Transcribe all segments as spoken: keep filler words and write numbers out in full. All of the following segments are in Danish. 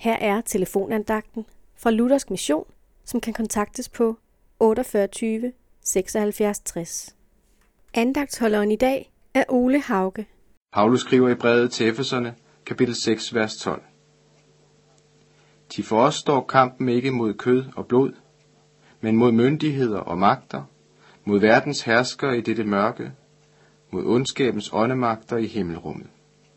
Her er telefonandagten fra Luthersk Mission, som kan kontaktes på otteogfyrre tyve seksoghalvfjerds tres. Andagtsholderen i dag er Ole Hauge. Paulus skriver i brevet til Efeserne, kapitel seks, vers tolv. Til for os står kampen ikke mod kød og blod, men mod myndigheder og magter, mod verdens herskere i dette mørke, mod ondskabens åndemagter i himmelrummet.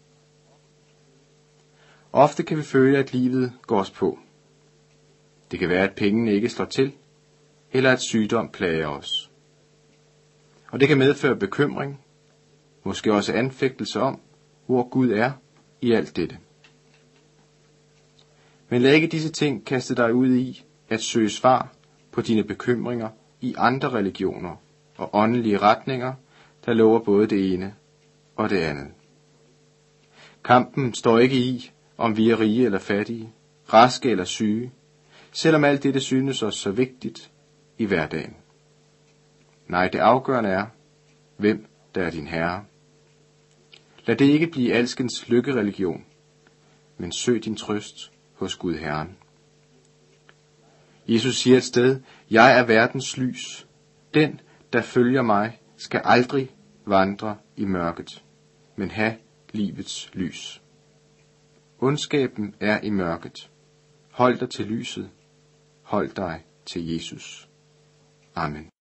Ofte kan vi føle, at livet går os på. Det kan være, at pengene ikke slår til, eller at sygdom plager os. Og det kan medføre bekymring, måske også anfægtelse om, hvor Gud er i alt dette. Men lad ikke disse ting kaste dig ud i at søge svar på dine bekymringer i andre religioner og åndelige retninger, der lover både det ene og det andet. Kampen står ikke i, om vi er rige eller fattige, raske eller syge, selvom alt dette synes os så vigtigt i hverdagen. Nej, det afgørende er, hvem der er din herre. Lad det ikke blive alskens lykkereligion, men søg din trøst hos Gud Herren. Jesus siger et sted, jeg er verdens lys. Den, der følger mig, skal aldrig vandre i mørket, men have livets lys. Ondskaben er i mørket. Hold dig til lyset. Hold dig til Jesus. Amen.